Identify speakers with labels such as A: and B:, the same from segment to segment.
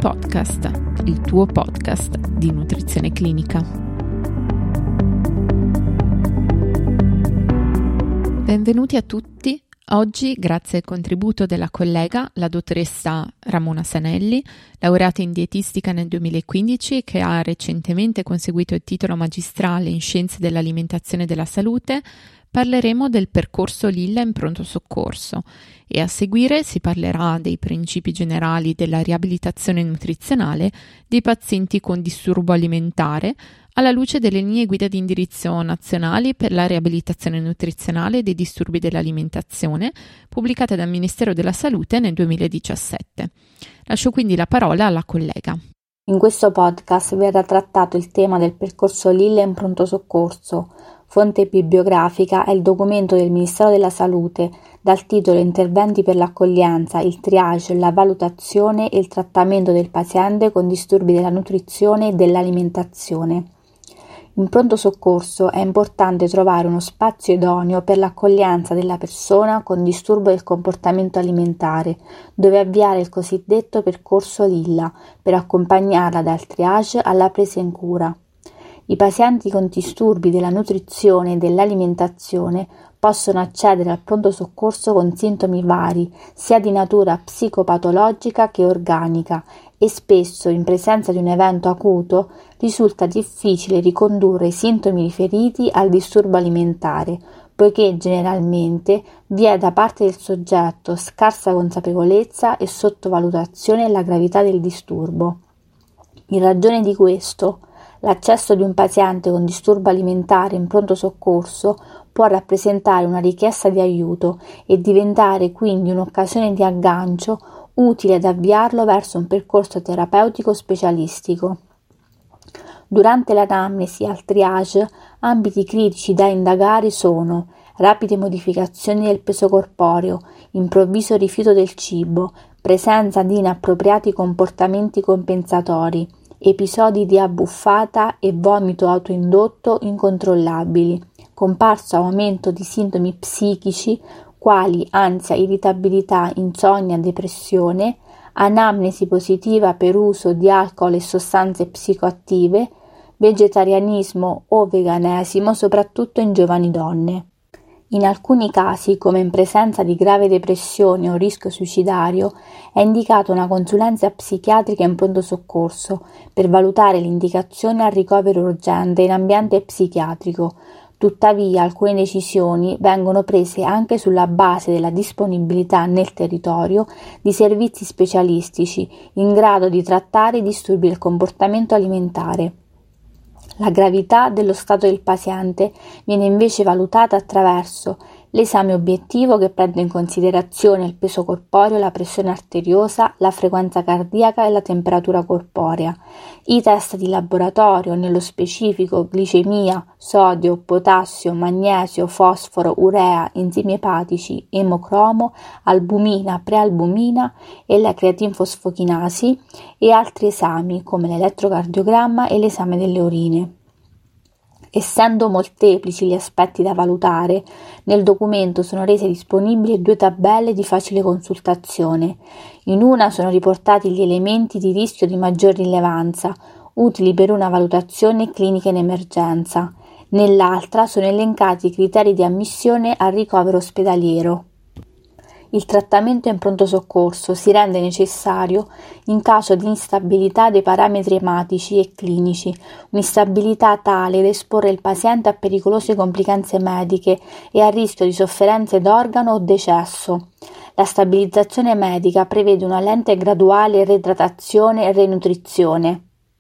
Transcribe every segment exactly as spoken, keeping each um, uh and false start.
A: Podcast, il tuo podcast di nutrizione clinica. Benvenuti a tutti. Oggi, grazie al contributo della collega, la dottoressa Ramona Sanelli, laureata in dietistica nel duemilaquindici, che ha recentemente conseguito il titolo magistrale in Scienze dell'Alimentazione e della Salute, parleremo del percorso Lilla in pronto soccorso e a seguire si parlerà dei principi generali della riabilitazione nutrizionale dei pazienti con disturbo alimentare alla luce delle linee guida di indirizzo nazionali per la riabilitazione nutrizionale dei disturbi dell'alimentazione, pubblicate dal Ministero della Salute nel duemiladiciassette. Lascio quindi la parola alla collega.
B: In questo podcast verrà trattato il tema del percorso Lilla in pronto soccorso. Fonte bibliografica è il documento del Ministero della Salute dal titolo Interventi per l'accoglienza, il triage, la valutazione e il trattamento del paziente con disturbi della nutrizione e dell'alimentazione. In pronto soccorso è importante trovare uno spazio idoneo per l'accoglienza della persona con disturbo del comportamento alimentare, dove avviare il cosiddetto percorso Lilla per accompagnarla dal triage alla presa in cura. I pazienti con disturbi della nutrizione e dell'alimentazione possono accedere al pronto soccorso con sintomi vari, sia di natura psicopatologica che organica, e spesso, in presenza di un evento acuto, risulta difficile ricondurre i sintomi riferiti al disturbo alimentare, poiché generalmente vi è da parte del soggetto scarsa consapevolezza e sottovalutazione della gravità del disturbo. In ragione di questo, l'accesso di un paziente con disturbo alimentare in pronto soccorso può rappresentare una richiesta di aiuto e diventare quindi un'occasione di aggancio utile ad avviarlo verso un percorso terapeutico specialistico. Durante l'anamnesi al triage, ambiti critici da indagare sono rapide modificazioni del peso corporeo, improvviso rifiuto del cibo, presenza di inappropriati comportamenti compensatori, episodi di abbuffata e vomito autoindotto incontrollabili, comparso aumento di sintomi psichici quali ansia, irritabilità, insonnia, depressione, anamnesi positiva per uso di alcol e sostanze psicoattive, vegetarianismo o veganesimo soprattutto in giovani donne. In alcuni casi, come in presenza di grave depressione o rischio suicidario, è indicata una consulenza psichiatrica in pronto soccorso per valutare l'indicazione al ricovero urgente in ambiente psichiatrico. Tuttavia, alcune decisioni vengono prese anche sulla base della disponibilità nel territorio di servizi specialistici in grado di trattare i disturbi del comportamento alimentare. La gravità dello stato del paziente viene invece valutata attraverso l'esame obiettivo che prende in considerazione il peso corporeo, la pressione arteriosa, la frequenza cardiaca e la temperatura corporea, i test di laboratorio, nello specifico glicemia, sodio, potassio, magnesio, fosforo, urea, enzimi epatici, emocromo, albumina, prealbumina e la creatinfosfochinasi e altri esami come l'elettrocardiogramma e l'esame delle urine. Essendo molteplici gli aspetti da valutare, nel documento sono rese disponibili due tabelle di facile consultazione. In una sono riportati gli elementi di rischio di maggior rilevanza, utili per una valutazione clinica in emergenza. Nell'altra sono elencati i criteri di ammissione al ricovero ospedaliero. Il trattamento in pronto soccorso si rende necessario in caso di instabilità dei parametri ematici e clinici, un'instabilità tale da esporre il paziente a pericolose complicanze mediche e a rischio di sofferenze d'organo o decesso. La stabilizzazione medica prevede una lenta e graduale reidratazione e renutrizione.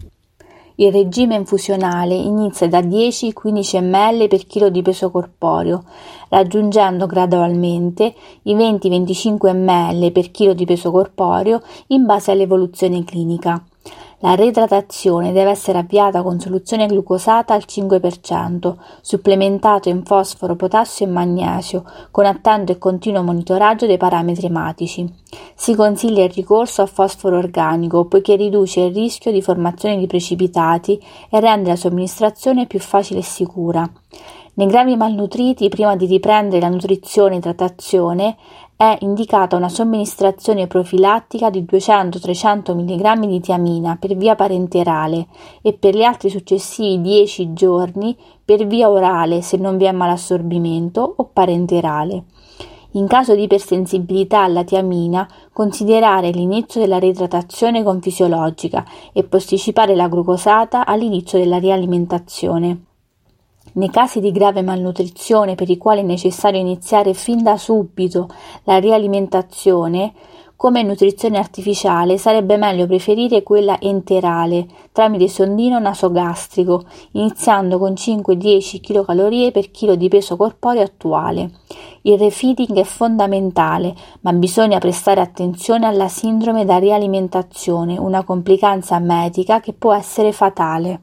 B: Il regime infusionale inizia da dieci a quindici millilitri per chilo di peso corporeo, raggiungendo gradualmente i venti a venticinque millilitri per chilo di peso corporeo in base all'evoluzione clinica. La reidratazione deve essere avviata con soluzione glucosata al cinque per cento, supplementato in fosforo, potassio e magnesio, con attento e continuo monitoraggio dei parametri ematici. Si consiglia il ricorso a fosforo organico, poiché riduce il rischio di formazione di precipitati e rende la somministrazione più facile e sicura. Nei gravi malnutriti, prima di riprendere la nutrizione e idratazione, è indicata una somministrazione profilattica di duecento trecento milligrammi di tiamina per via parenterale e per gli altri successivi dieci giorni per via orale se non vi è malassorbimento o parenterale. In caso di ipersensibilità alla tiamina, considerare l'inizio della reidratazione con fisiologica e posticipare la glucosata all'inizio della rialimentazione. Nei casi di grave malnutrizione per i quali è necessario iniziare fin da subito la rialimentazione, come nutrizione artificiale sarebbe meglio preferire quella enterale tramite sondino nasogastrico, iniziando con cinque dieci chilocalorie per chilo di peso corporeo attuale. Il refeeding è fondamentale, ma bisogna prestare attenzione alla sindrome da rialimentazione, una complicanza medica che può essere fatale.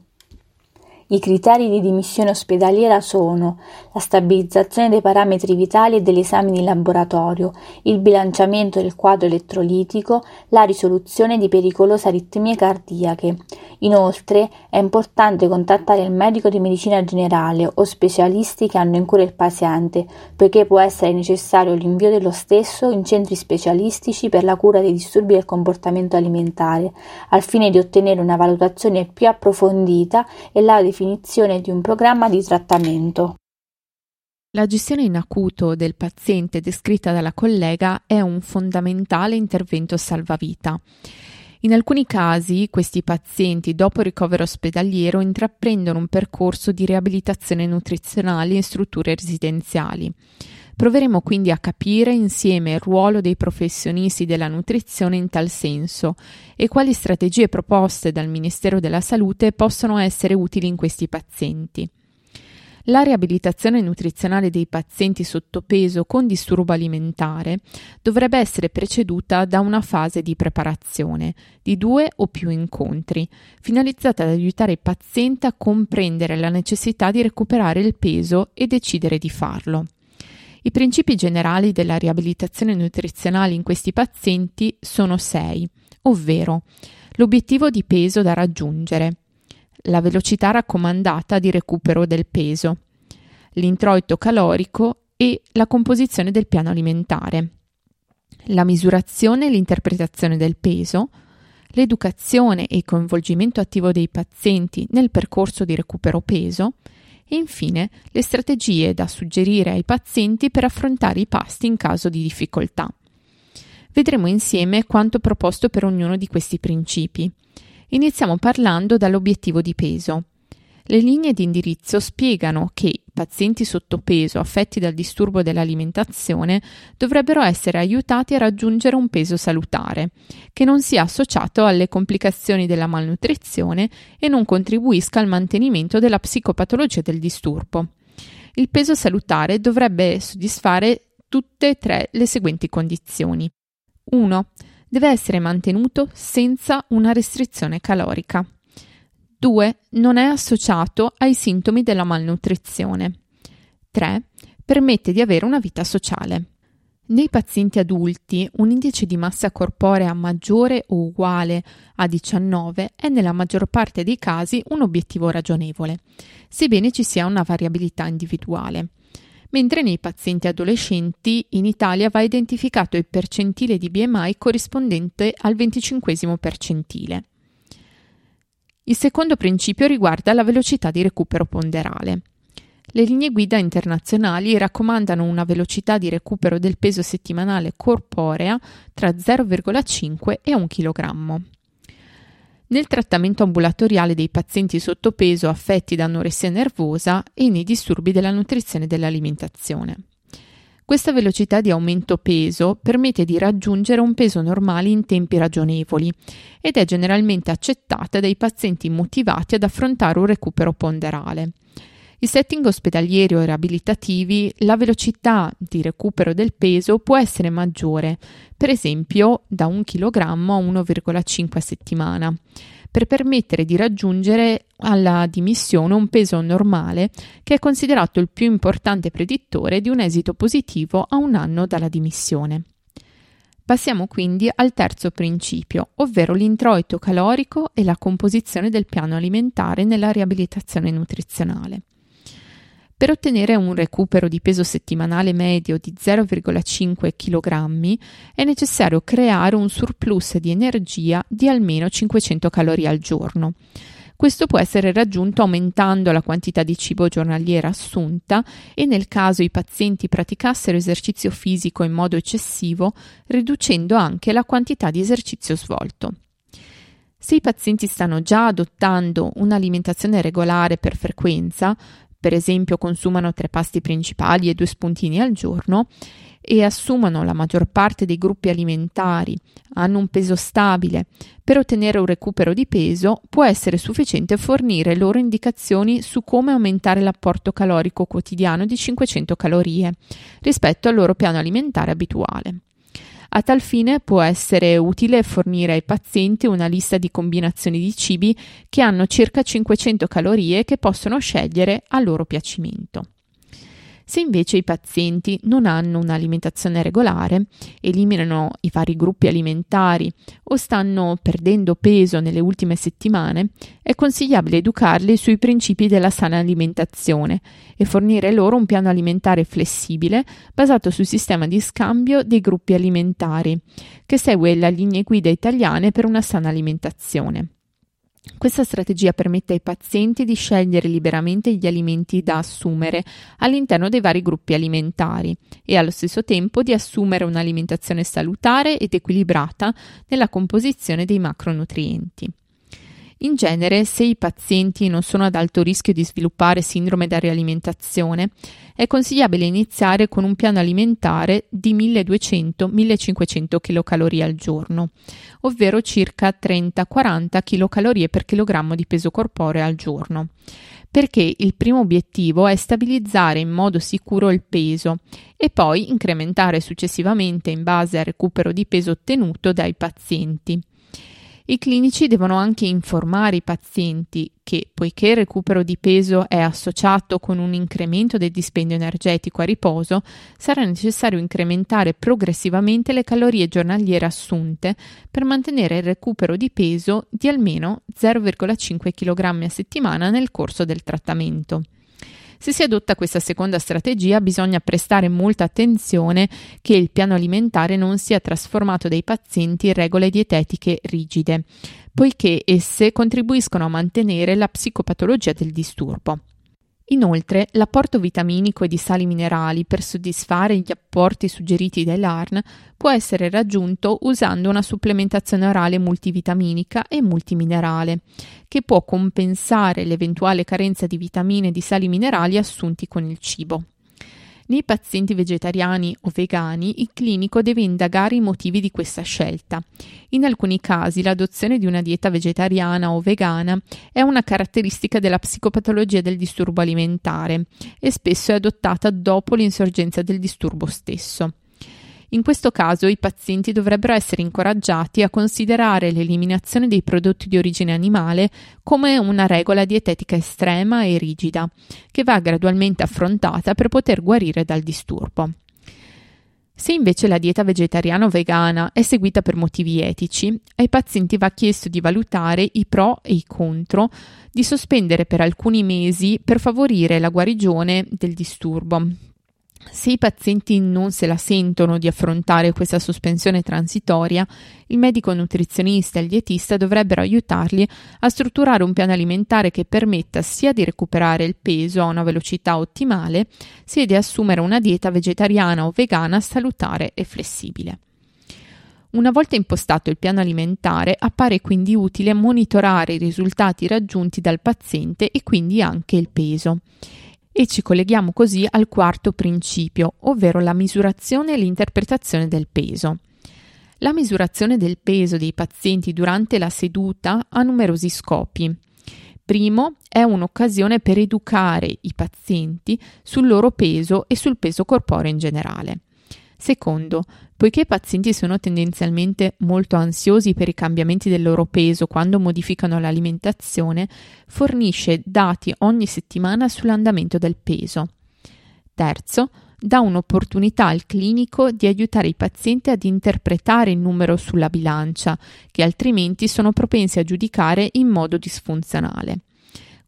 B: I criteri di dimissione ospedaliera sono la stabilizzazione dei parametri vitali e degli esami di laboratorio, il bilanciamento del quadro elettrolitico, la risoluzione di pericolose aritmie cardiache. Inoltre è importante contattare il medico di medicina generale o specialisti che hanno in cura il paziente, poiché può essere necessario l'invio dello stesso in centri specialistici per la cura dei disturbi del comportamento alimentare, al fine di ottenere una valutazione più approfondita e la definizione di un programma di trattamento.
A: La gestione in acuto del paziente descritta dalla collega è un fondamentale intervento salvavita. In alcuni casi questi pazienti dopo il ricovero ospedaliero intraprendono un percorso di riabilitazione nutrizionale in strutture residenziali. Proveremo quindi a capire insieme il ruolo dei professionisti della nutrizione in tal senso e quali strategie proposte dal Ministero della Salute possono essere utili in questi pazienti. La riabilitazione nutrizionale dei pazienti sottopeso con disturbo alimentare dovrebbe essere preceduta da una fase di preparazione di due o più incontri, finalizzata ad aiutare il paziente a comprendere la necessità di recuperare il peso e decidere di farlo. I principi generali della riabilitazione nutrizionale in questi pazienti sono sei, ovvero l'obiettivo di peso da raggiungere, la velocità raccomandata di recupero del peso, l'introito calorico e la composizione del piano alimentare, la misurazione e l'interpretazione del peso, l'educazione e il coinvolgimento attivo dei pazienti nel percorso di recupero peso e infine le strategie da suggerire ai pazienti per affrontare i pasti in caso di difficoltà. Vedremo insieme quanto proposto per ognuno di questi principi. Iniziamo parlando dall'obiettivo di peso. Le linee di indirizzo spiegano che pazienti sottopeso affetti dal disturbo dell'alimentazione dovrebbero essere aiutati a raggiungere un peso salutare, che non sia associato alle complicazioni della malnutrizione e non contribuisca al mantenimento della psicopatologia del disturbo. Il peso salutare dovrebbe soddisfare tutte e tre le seguenti condizioni. uno. Deve essere mantenuto senza una restrizione calorica. due. Non è associato ai sintomi della malnutrizione. tre. Permette di avere una vita sociale. Nei pazienti adulti un indice di massa corporea maggiore o uguale a diciannove è nella maggior parte dei casi un obiettivo ragionevole, sebbene ci sia una variabilità individuale. Mentre nei pazienti adolescenti in Italia va identificato il percentile di B M I corrispondente al venticinquesimo percentile. Il secondo principio riguarda la velocità di recupero ponderale. Le linee guida internazionali raccomandano una velocità di recupero del peso settimanale corporea tra zero virgola cinque e un chilogrammo. Nel trattamento ambulatoriale dei pazienti sottopeso affetti da anoressia nervosa e nei disturbi della nutrizione e dell'alimentazione. Questa velocità di aumento peso permette di raggiungere un peso normale in tempi ragionevoli ed è generalmente accettata dai pazienti motivati ad affrontare un recupero ponderale. In setting ospedalieri o riabilitativi la velocità di recupero del peso può essere maggiore, per esempio da un chilogrammo a uno virgola cinque a settimana, per permettere di raggiungere alla dimissione un peso normale che è considerato il più importante predittore di un esito positivo a un anno dalla dimissione. Passiamo quindi al terzo principio, ovvero l'introito calorico e la composizione del piano alimentare nella riabilitazione nutrizionale. Per ottenere un recupero di peso settimanale medio di zero virgola cinque chilogrammi è necessario creare un surplus di energia di almeno cinquecento calorie al giorno. Questo può essere raggiunto aumentando la quantità di cibo giornaliera assunta e, nel caso i pazienti praticassero esercizio fisico in modo eccessivo, riducendo anche la quantità di esercizio svolto. Se i pazienti stanno già adottando un'alimentazione regolare per frequenza, per esempio consumano tre pasti principali e due spuntini al giorno, e assumono la maggior parte dei gruppi alimentari, hanno un peso stabile, per ottenere un recupero di peso può essere sufficiente fornire loro indicazioni su come aumentare l'apporto calorico quotidiano di cinquecento calorie rispetto al loro piano alimentare abituale. A tal fine può essere utile fornire ai pazienti una lista di combinazioni di cibi che hanno circa cinquecento calorie che possono scegliere a loro piacimento. Se invece i pazienti non hanno un'alimentazione regolare, eliminano i vari gruppi alimentari o stanno perdendo peso nelle ultime settimane, è consigliabile educarli sui principi della sana alimentazione e fornire loro un piano alimentare flessibile basato sul sistema di scambio dei gruppi alimentari, che segue le linee guida italiane per una sana alimentazione. Questa strategia permette ai pazienti di scegliere liberamente gli alimenti da assumere all'interno dei vari gruppi alimentari e allo stesso tempo di assumere un'alimentazione salutare ed equilibrata nella composizione dei macronutrienti. In genere, se i pazienti non sono ad alto rischio di sviluppare sindrome da rialimentazione, è consigliabile iniziare con un piano alimentare di milleduecento millecinquecento chilocalorie al giorno, ovvero circa trenta quaranta chilocalorie per chilogrammo di peso corporeo al giorno, perché il primo obiettivo è stabilizzare in modo sicuro il peso e poi incrementare successivamente in base al recupero di peso ottenuto dai pazienti. I clinici devono anche informare i pazienti che, poiché il recupero di peso è associato con un incremento del dispendio energetico a riposo, sarà necessario incrementare progressivamente le calorie giornaliere assunte per mantenere il recupero di peso di almeno zero virgola cinque chilogrammi a settimana nel corso del trattamento. Se si adotta questa seconda strategia, bisogna prestare molta attenzione che il piano alimentare non sia trasformato dai pazienti in regole dietetiche rigide, poiché esse contribuiscono a mantenere la psicopatologia del disturbo. Inoltre, l'apporto vitaminico e di sali minerali per soddisfare gli apporti suggeriti dall'A R N può essere raggiunto usando una supplementazione orale multivitaminica e multiminerale, che può compensare l'eventuale carenza di vitamine e di sali minerali assunti con il cibo. Nei pazienti vegetariani o vegani, il clinico deve indagare i motivi di questa scelta. In alcuni casi, l'adozione di una dieta vegetariana o vegana è una caratteristica della psicopatologia del disturbo alimentare e spesso è adottata dopo l'insorgenza del disturbo stesso. In questo caso i pazienti dovrebbero essere incoraggiati a considerare l'eliminazione dei prodotti di origine animale come una regola dietetica estrema e rigida, che va gradualmente affrontata per poter guarire dal disturbo. Se invece la dieta vegetariana o vegana è seguita per motivi etici, ai pazienti va chiesto di valutare i pro e i contro di sospendere per alcuni mesi per favorire la guarigione del disturbo. Se i pazienti non se la sentono di affrontare questa sospensione transitoria, il medico nutrizionista e il dietista dovrebbero aiutarli a strutturare un piano alimentare che permetta sia di recuperare il peso a una velocità ottimale, sia di assumere una dieta vegetariana o vegana salutare e flessibile. Una volta impostato il piano alimentare, appare quindi utile monitorare i risultati raggiunti dal paziente e quindi anche il peso. E ci colleghiamo così al quarto principio, ovvero la misurazione e l'interpretazione del peso. La misurazione del peso dei pazienti durante la seduta ha numerosi scopi. Primo, è un'occasione per educare i pazienti sul loro peso e sul peso corporeo in generale. Secondo, poiché i pazienti sono tendenzialmente molto ansiosi per i cambiamenti del loro peso quando modificano l'alimentazione, fornisce dati ogni settimana sull'andamento del peso. Terzo, dà un'opportunità al clinico di aiutare i pazienti ad interpretare il numero sulla bilancia, che altrimenti sono propensi a giudicare in modo disfunzionale.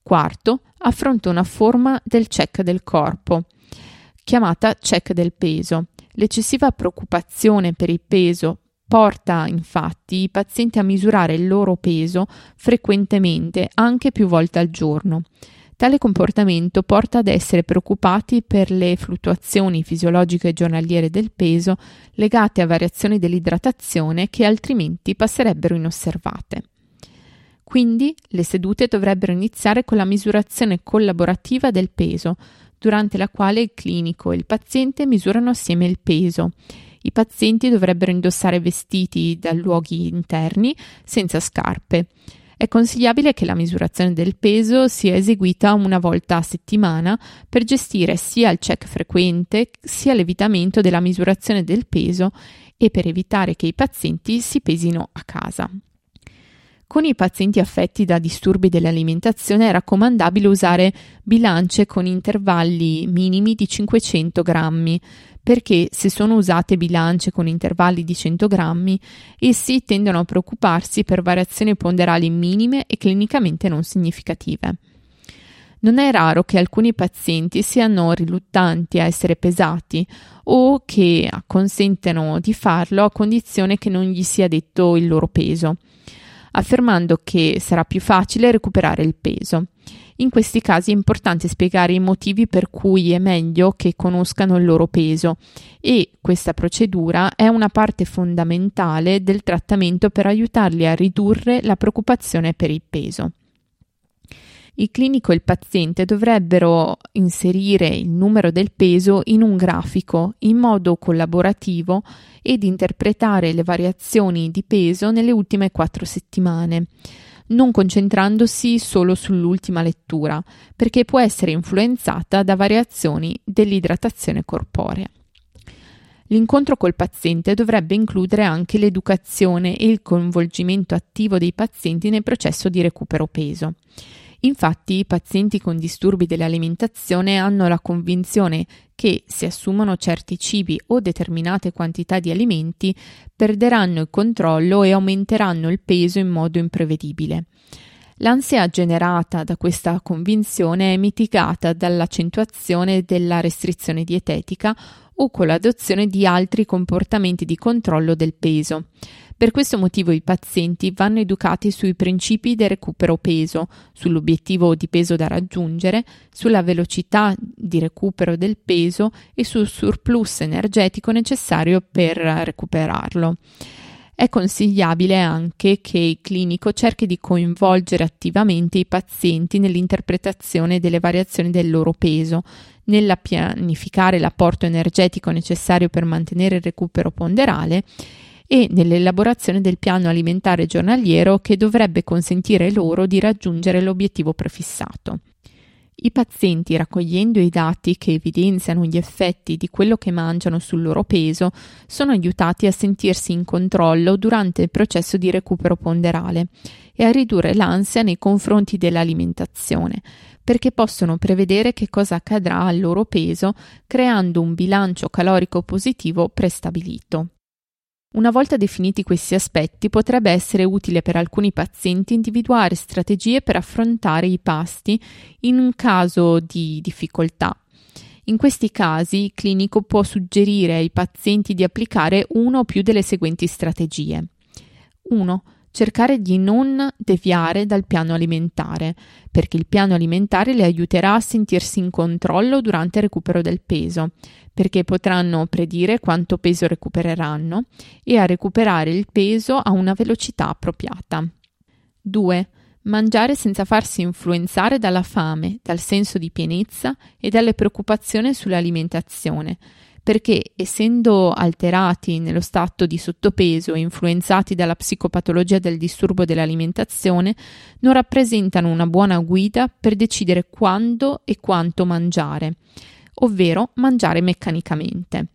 A: Quarto, affronta una forma del check del corpo, chiamata check del peso. L'eccessiva preoccupazione per il peso porta infatti i pazienti a misurare il loro peso frequentemente, anche più volte al giorno. Tale comportamento porta ad essere preoccupati per le fluttuazioni fisiologiche giornaliere del peso legate a variazioni dell'idratazione che altrimenti passerebbero inosservate. Quindi le sedute dovrebbero iniziare con la misurazione collaborativa del peso, durante la quale il clinico e il paziente misurano assieme il peso. I pazienti dovrebbero indossare vestiti da luoghi interni senza scarpe. È consigliabile che la misurazione del peso sia eseguita una volta a settimana per gestire sia il check frequente sia l'evitamento della misurazione del peso e per evitare che i pazienti si pesino a casa. Con i pazienti affetti da disturbi dell'alimentazione è raccomandabile usare bilance con intervalli minimi di cinquecento grammi, perché se sono usate bilance con intervalli di cento grammi, essi tendono a preoccuparsi per variazioni ponderali minime e clinicamente non significative. Non è raro che alcuni pazienti siano riluttanti a essere pesati o che acconsentano di farlo a condizione che non gli sia detto il loro peso, affermando che sarà più facile recuperare il peso. In questi casi è importante spiegare i motivi per cui è meglio che conoscano il loro peso e questa procedura è una parte fondamentale del trattamento per aiutarli a ridurre la preoccupazione per il peso. Il clinico e il paziente dovrebbero inserire il numero del peso in un grafico in modo collaborativo ed interpretare le variazioni di peso nelle ultime quattro settimane, non concentrandosi solo sull'ultima lettura, perché può essere influenzata da variazioni dell'idratazione corporea. L'incontro col paziente dovrebbe includere anche l'educazione e il coinvolgimento attivo dei pazienti nel processo di recupero peso. Infatti, i pazienti con disturbi dell'alimentazione hanno la convinzione che se assumono certi cibi o determinate quantità di alimenti perderanno il controllo e aumenteranno il peso in modo imprevedibile. L'ansia generata da questa convinzione è mitigata dall'accentuazione della restrizione dietetica o con l'adozione di altri comportamenti di controllo del peso. Per questo motivo i pazienti vanno educati sui principi del recupero peso, sull'obiettivo di peso da raggiungere, sulla velocità di recupero del peso e sul surplus energetico necessario per recuperarlo. È consigliabile anche che il clinico cerchi di coinvolgere attivamente i pazienti nell'interpretazione delle variazioni del loro peso, nella pianificare l'apporto energetico necessario per mantenere il recupero ponderale e nell'elaborazione del piano alimentare giornaliero che dovrebbe consentire loro di raggiungere l'obiettivo prefissato. I pazienti, raccogliendo i dati che evidenziano gli effetti di quello che mangiano sul loro peso, sono aiutati a sentirsi in controllo durante il processo di recupero ponderale e a ridurre l'ansia nei confronti dell'alimentazione, perché possono prevedere che cosa accadrà al loro peso creando un bilancio calorico positivo prestabilito. Una volta definiti questi aspetti, potrebbe essere utile per alcuni pazienti individuare strategie per affrontare i pasti in un caso di difficoltà. In questi casi, il clinico può suggerire ai pazienti di applicare una o più delle seguenti strategie. uno. Cercare di non deviare dal piano alimentare, perché il piano alimentare le aiuterà a sentirsi in controllo durante il recupero del peso, perché potranno predire quanto peso recupereranno e a recuperare il peso a una velocità appropriata. due. Mangiare senza farsi influenzare dalla fame, dal senso di pienezza e dalle preoccupazioni sull'alimentazione, perché essendo alterati nello stato di sottopeso e influenzati dalla psicopatologia del disturbo dell'alimentazione, non rappresentano una buona guida per decidere quando e quanto mangiare, ovvero mangiare meccanicamente.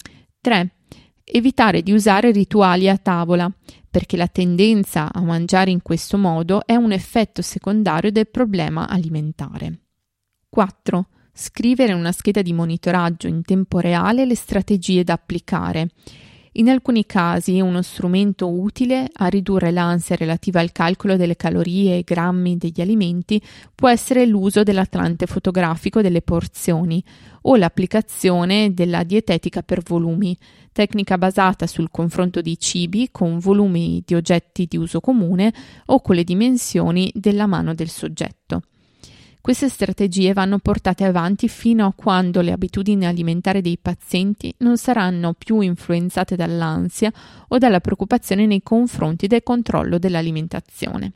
A: tre. Evitare di usare rituali a tavola, perché la tendenza a mangiare in questo modo è un effetto secondario del problema alimentare. quattro. Scrivere in una scheda di monitoraggio in tempo reale le strategie da applicare In alcuni casi uno strumento utile a ridurre l'ansia relativa al calcolo delle calorie e grammi degli alimenti può essere l'uso dell'atlante fotografico delle porzioni o l'applicazione della dietetica per volumi, tecnica basata sul confronto di cibi con volumi di oggetti di uso comune o con le dimensioni della mano del soggetto. Queste strategie vanno portate avanti fino a quando le abitudini alimentari dei pazienti non saranno più influenzate dall'ansia o dalla preoccupazione nei confronti del controllo dell'alimentazione.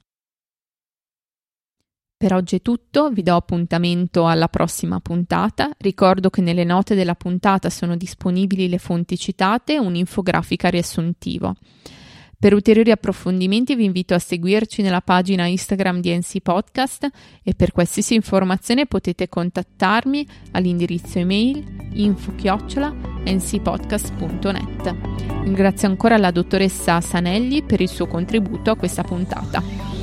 A: Per oggi è tutto, vi do appuntamento alla prossima puntata. Ricordo che nelle note della puntata sono disponibili le fonti citate e un'infografica riassuntiva. Per ulteriori approfondimenti vi invito a seguirci nella pagina Instagram di N C Podcast e per qualsiasi informazione potete contattarmi all'indirizzo email info chiocciola n c podcast punto net. Ringrazio ancora la dottoressa Sanelli per il suo contributo a questa puntata.